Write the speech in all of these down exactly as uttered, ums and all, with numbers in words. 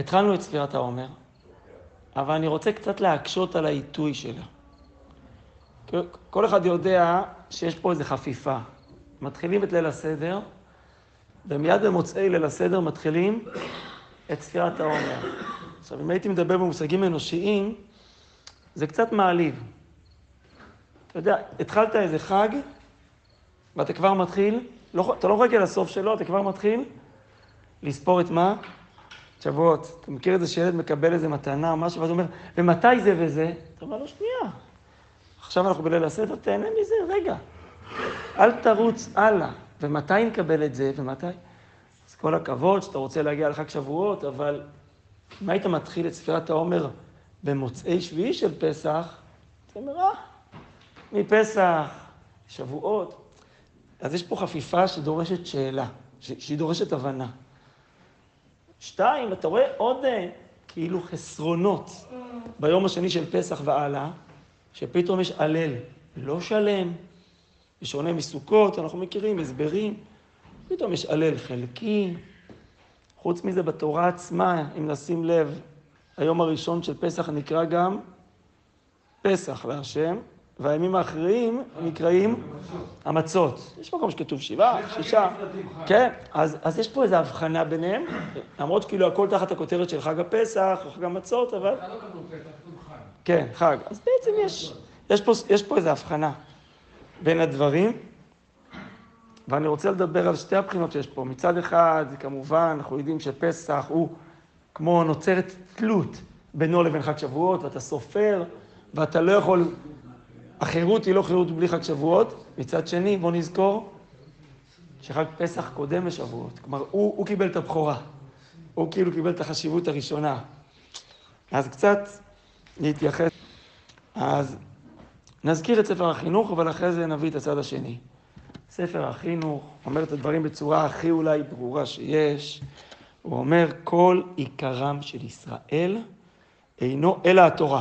התחלנו את ספירת העומר, אבל אני רוצה קצת להקשות על העיתוי שלה. כל אחד יודע שיש פה איזו חפיפה. מתחילים את ליל הסדר, ומיד במוצאי ליל הסדר מתחילים את ספירת העומר. עכשיו, אם הייתי מדבר במושגים אנושיים, זה קצת מעליב. אתה יודע, התחלת איזה חג, ואתה כבר מתחיל, לא, אתה לא מחכה לסוף שלו, אתה כבר מתחיל לספור את מה? שבועות. אתה מכיר את זה שילד מקבל איזה מתנה או משהו, ואז הוא אומר, ומתי זה וזה? אתה אומר לו, שנייה. עכשיו אנחנו בליל הסדר, תהנה מזה, רגע. אל תרוץ הלאה. ומתי נקבל את זה, ומתי? אז כל הכבוד שאתה רוצה להגיע לחג שבועות, אבל אם היית מתחיל את ספירת העומר במוצאי שביעי של פסח, אתה אומר, אה, מפסח, שבועות. אז יש פה חפיפה שדורשת שאלה, שהיא דורשת הבנה. שתיים, אתה רואה עוד כאילו חסרונות ביום השני של פסח ועלה, שפתאום יש הלל לא שלם, בשונה מסוכות, אנחנו מכירים, הסברים, פתאום יש הלל חלקי. חוץ מזה בתורה עצמה, אם נשים לב, היום הראשון של פסח נקרא גם פסח להשם, והימים האחרים נקראים המצות. יש מקום שכתוב שבעה, שישה. כן, אז, אז יש פה איזו הבחנה ביניהם, למרות שכאילו הכל תחת הכותרת של חג הפסח או חג המצות, אבל... לא כתוב פסח, כתוב חג. כן, חג. אז בעצם יש, יש פה, יש פה איזו הבחנה בין הדברים, ואני רוצה לדבר על שתי הבחינות שיש פה. מצד אחד, כמובן, אנחנו יודעים שפסח הוא כמו נוצרת תלות בינו לבין חג שבועות, ואתה סופר, ואתה לא יכול... החירות היא לא חירות בלי חג שבועות. מצד שני, בוא נזכור שחג פסח קודם לשבועות. כלומר, הוא, הוא קיבל את הבכורה. הוא כאילו קיבל את החשיבות הראשונה. אז קצת להתייחס. אז נזכיר את ספר החינוך, אבל אחרי זה נביא את הצד השני. ספר החינוך אומר את הדברים בצורה הכי אולי ברורה שיש. הוא אומר, כל עיקרם של ישראל אינו אלא התורה.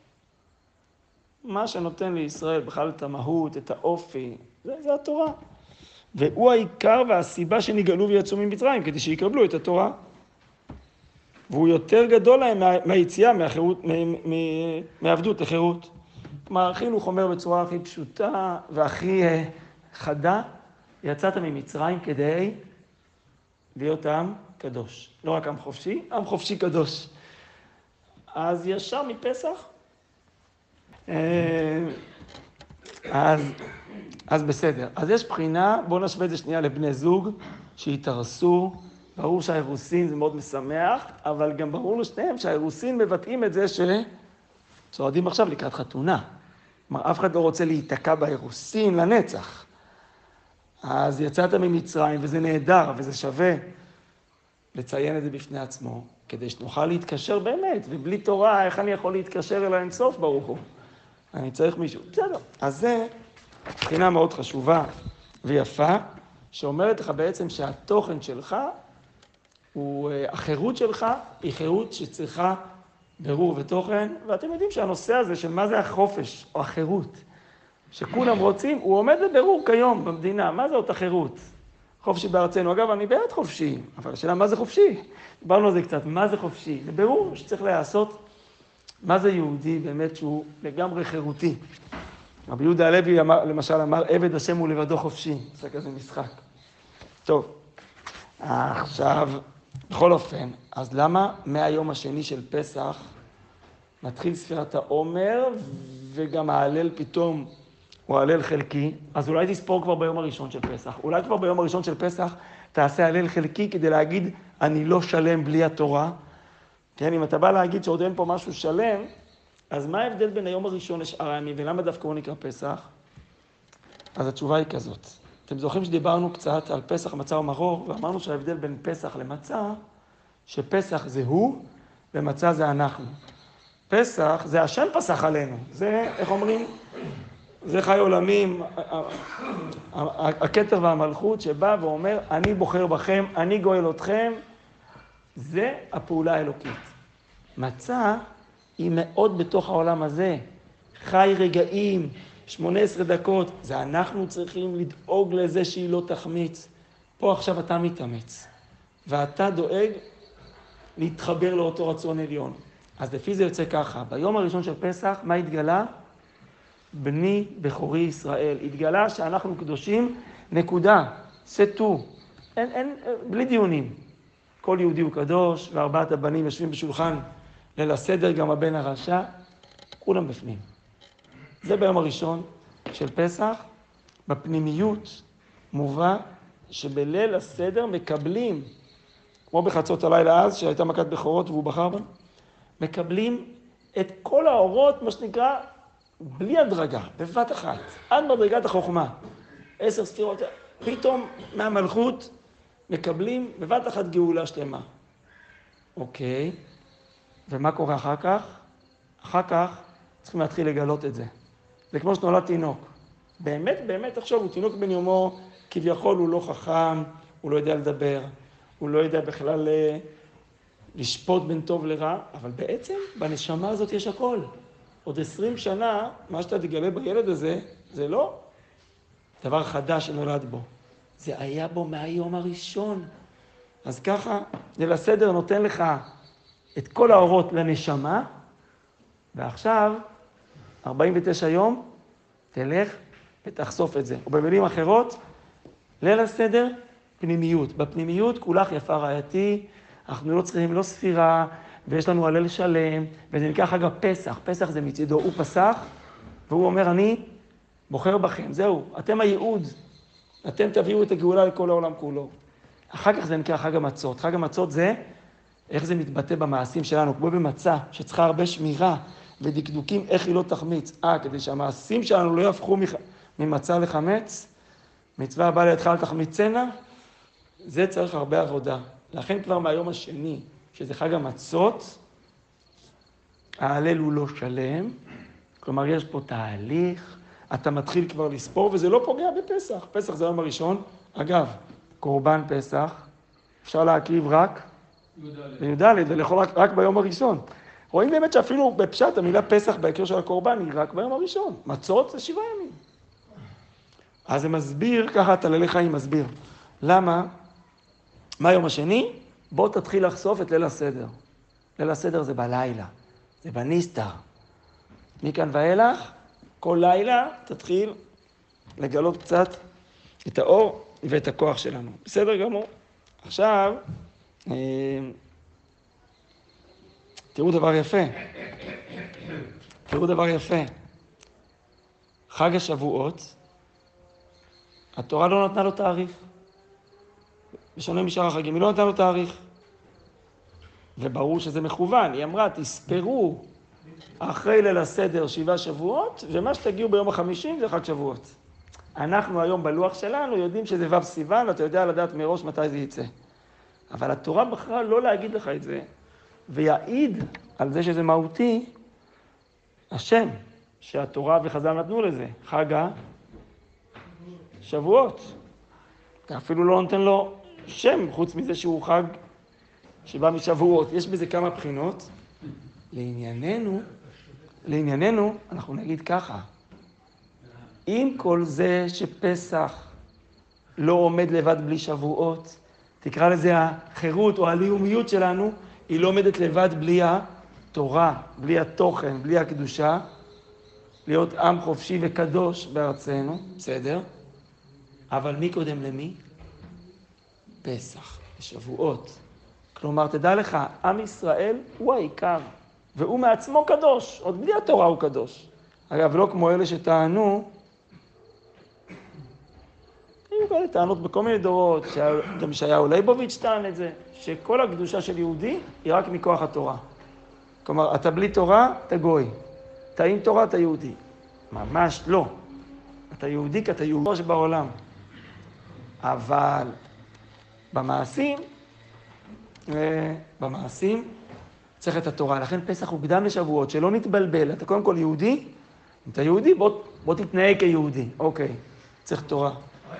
מה שנותן לישראל בכלל את המהות, את האופי, זה, זה התורה. והוא העיקר והסיבה שנגאלו ויצאו ממצרים, כדי שיקבלו את התורה. והוא יותר גדול להם מה, מהיציאה, מהחירות, מעבדות לחירות. כלומר, החינוך אומר בצורה הכי פשוטה והכי חדה, יצאת ממצרים כדי להיות עם קדוש. לא רק עם חופשי, עם חופשי קדוש. אז ישר מפסח, אז, אז בסדר. אז יש בחינה, בואו נשווה את זה שנייה לבני זוג שהתארסו. ברור שהאירוסין זה מאוד משמח, אבל גם ברור לשניהם שהאירוסין מבטאים את זה שצועדים עכשיו לקראת חתונה. כלומר, אף אחד לא רוצה להיתקע באירוסין לנצח. אז יצאת ממצרים, וזה נהדר, וזה שווה לציין את זה בפני עצמו, כדי שנוכל להתקשר באמת, ובלי תורה, איך אני יכול להתקשר אל האינסוף ברוך הוא? אני צריך מישהו. בסדר. אז זה בחינה מאוד חשובה ויפה, שאומרת לך בעצם שהתוכן שלך, הוא, החירות שלך היא חירות שצריכה ברור ותוכן, ואתם יודעים שהנושא הזה של מה זה החופש או החירות, שכולם רוצים, הוא עומד לבירור כיום במדינה. מה זה אותה חירות? חופשי בארצנו. אגב, אני בעד חופשי, אבל השאלה מה זה חופשי? דיברנו על זה קצת, מה זה חופשי? זה ברור שצריך לעשות מה זה יהודי באמת שהוא לגמרי חירותי. רבי יהודה הלוי אמר, למשל אמר, עבד השם הוא לבדו חופשי. זה כזה משחק. טוב, עכשיו, בכל אופן, אז למה מהיום השני של פסח מתחיל ספירת העומר, וגם ההלל פתאום הוא הלל חלקי? אז אולי תספור כבר ביום הראשון של פסח. אולי כבר ביום הראשון של פסח תעשה הלל חלקי כדי להגיד, אני לא שלם בלי התורה. כן, אם אתה בא להגיד שעוד אין פה משהו שלם, אז מה ההבדל בין היום הראשון לשאר הימים, ולמה דווקא הוא נקרא פסח? אז התשובה היא כזאת. אתם זוכרים שדיברנו קצת על פסח, מצה ומרור, ואמרנו שההבדל בין פסח למצה, שפסח זה הוא, ומצה זה אנחנו. פסח זה השם פסח עלינו. זה, איך אומרים? זה חי עולמים, הכתר והמלכות שבא ואומר, אני בוחר בכם, אני גואל אתכם. זה הפעולה האלוקית. מצה היא מאוד בתוך העולם הזה. חי רגעים, שמונה עשרה דקות. זה אנחנו צריכים לדאוג לזה שהיא לא תחמיץ. פה עכשיו אתה מתאמץ. ואתה דואג להתחבר לאותו רצון עליון. אז לפי זה יוצא ככה, ביום הראשון של פסח, מה התגלה? בני בכורי ישראל. התגלה שאנחנו קדושים, נקודה, סטו. אין, אין, בלי דיונים. כל יהודי הוא קדוש, וארבעת הבנים יושבים בשולחן ליל הסדר, גם הבן הרשע, כולם בפנים. זה ביום הראשון של פסח, בפנימיות מובא שבליל הסדר מקבלים, כמו בחצות הלילה אז, שהייתה מכת בכורות והוא בחר בה, מקבלים את כל האורות, מה שנקרא, בלי הדרגה, בבת אחת, עד מדרגת החוכמה. עשר ספירות, פתאום מהמלכות מקבלים בבת אחת גאולה שלמה. אוקיי, ומה קורה אחר כך? אחר כך צריכים להתחיל לגלות את זה. זה כמו שנולד תינוק. באמת, באמת, תחשוב, הוא תינוק בן יומו, כביכול הוא לא חכם, הוא לא יודע לדבר, הוא לא יודע בכלל לשפוט בין טוב לרע, אבל בעצם בנשמה הזאת יש הכל. עוד עשרים שנה, מה שאתה תגלה בילד הזה, זה לא דבר חדש שנולד בו. זה היה בו מהיום הראשון. אז ככה, ליל הסדר נותן לך את כל האורות לנשמה, ועכשיו, ארבעים ותשע יום, תלך ותחשוף את זה. ובמילים אחרות, ליל הסדר, פנימיות. בפנימיות כולך יפה רעייתי, אנחנו לא צריכים לא ספירה, ויש לנו הלל שלם, וזה נקרא חג הפסח. פסח זה מצידו, הוא פסח, והוא אומר, אני בוחר בכם. זהו, אתם הייעוד. אתם תביאו את הגאולה לכל העולם כולו. אחר כך זה נקרא חג המצות. חג המצות זה, איך זה מתבטא במעשים שלנו, כמו במצה, שצריכה הרבה שמירה ודקדוקים, איך היא לא תחמיץ. אה, כדי שהמעשים שלנו לא יהפכו ממצה לחמץ, מצווה הבאה לידך אל תחמיצנה, זה צריך הרבה עבודה. לכן כבר מהיום השני, שזה חג המצות, ההלל הוא לא שלם, כלומר יש פה תהליך, אתה מתחיל כבר לספור, וזה לא פוגע בפסח. פסח זה היום הראשון. אגב, קורבן פסח, אפשר להקריב רק בי"ד, ולאכול רק, רק ביום הראשון. רואים באמת שאפילו בפשט המילה פסח בהקשר של הקורבן היא רק ביום הראשון. מצות זה שבעה ימים. אז זה מסביר, ככה תללי חיים מסביר. למה? מה היום השני? בוא תתחיל לחשוף את ליל הסדר. ליל הסדר זה בלילה, זה בניסתר. מכאן ואילך, כל לילה תתחיל לגלות קצת את האור ואת הכוח שלנו. בסדר גמור. עכשיו, תראו דבר יפה. תראו דבר יפה. חג השבועות, התורה לא נתנה לו תאריך. בשונה משאר החגים, היא לא נתנה לו תאריך. וברור שזה מכוון. היא אמרה, תספרו אחרי ליל הסדר שבעה שבועות, ומה שתגיעו ביום החמישים זה חג שבועות. אנחנו היום בלוח שלנו יודעים שזה ו' סיוון, ואתה יודע לדעת מראש מתי זה יצא. אבל התורה בחרה לא להגיד לך את זה, ויעיד על זה שזה מהותי, השם שהתורה וחז"ל נתנו לזה, חג השבועות. אתה אפילו לא נותן לו שם, חוץ מזה שהוא חג שבא משבועות. יש בזה כמה בחינות. לענייננו, לענייננו, אנחנו נגיד ככה, עם כל זה שפסח לא עומד לבד בלי שבועות, תקרא לזה החירות או הלאומיות שלנו, היא לא עומדת לבד בלי התורה, בלי התוכן, בלי הקדושה, להיות עם חופשי וקדוש בארצנו, בסדר? אבל מי קודם למי? פסח, שבועות. כלומר, תדע לך, עם ישראל הוא העיקר, והוא מעצמו קדוש, עוד בלי התורה הוא קדוש. אגב, לא כמו אלה שטענו, היו כאלה טענות בכל מיני דורות, גם ישעיהו ליבוביץ' טען את זה, שכל הקדושה של יהודי היא רק מכוח התורה. כלומר, אתה בלי תורה, אתה גוי. אתה עם תורה, אתה יהודי. ממש לא. אתה יהודי כי אתה יהודי שבעולם. אבל במעשים, במעשים צריך את התורה. לכן פסח הוא קדם לשבועות, שלא נתבלבל. אתה קודם כל יהודי, אם אתה יהודי, בוא, בוא תתנהג כיהודי. אוקיי, צריך תורה.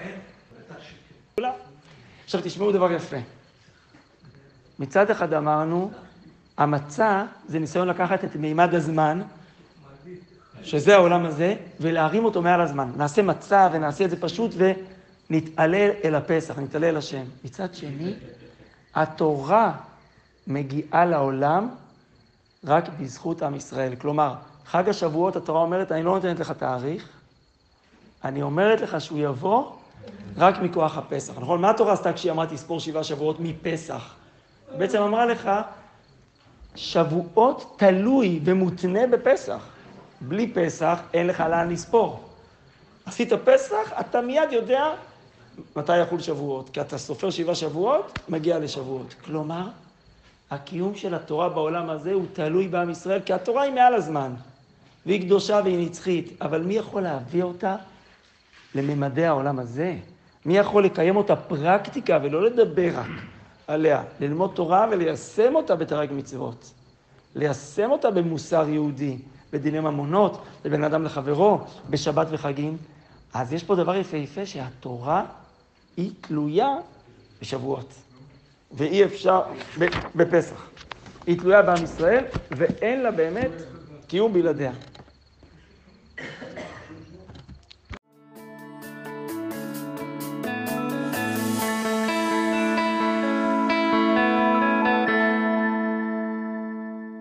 עכשיו תשמעו דבר יפה. מצד אחד אמרנו, המצה זה ניסיון לקחת את מימד הזמן, שזה העולם הזה, ולהרים אותו מעל הזמן. נעשה מצה ונעשה את זה פשוט ונתעלה אל הפסח, נתעלה אל השם. מצד שני, התורה מגיעה לעולם רק בזכות עם ישראל. כלומר, חג השבועות התורה אומרת, אני לא נותנת לך תאריך, אני אומרת לך שהוא יבוא רק מכוח הפסח. נכון? מה התורה עשתה כשהיא אמרה תספור שבעה שבועות מפסח? בעצם אמרה לך, שבועות תלוי ומותנה בפסח. בלי פסח אין לך לאן לספור. עשית פסח, אתה מיד יודע מתי יחול שבועות. כי אתה סופר שבעה שבועות, מגיע לשבועות. כלומר, הקיום של התורה בעולם הזה הוא תלוי בעם ישראל, כי התורה היא מעל הזמן. והיא קדושה והיא נצחית. אבל מי יכול להביא אותה לממדי העולם הזה? מי יכול לקיים אותה פרקטיקה ולא לדבר רק עליה? ללמוד תורה וליישם אותה בתרי"ג מצוות. ליישם אותה במוסר יהודי, בדיני ממונות, לבן אדם לחברו, בשבת וחגים. אז יש פה דבר יפהפה שהתורה היא תלויה בשבועות. ואי אפשר, בפסח. היא תלויה בעם ישראל ואין לה באמת קיום בלעדיה.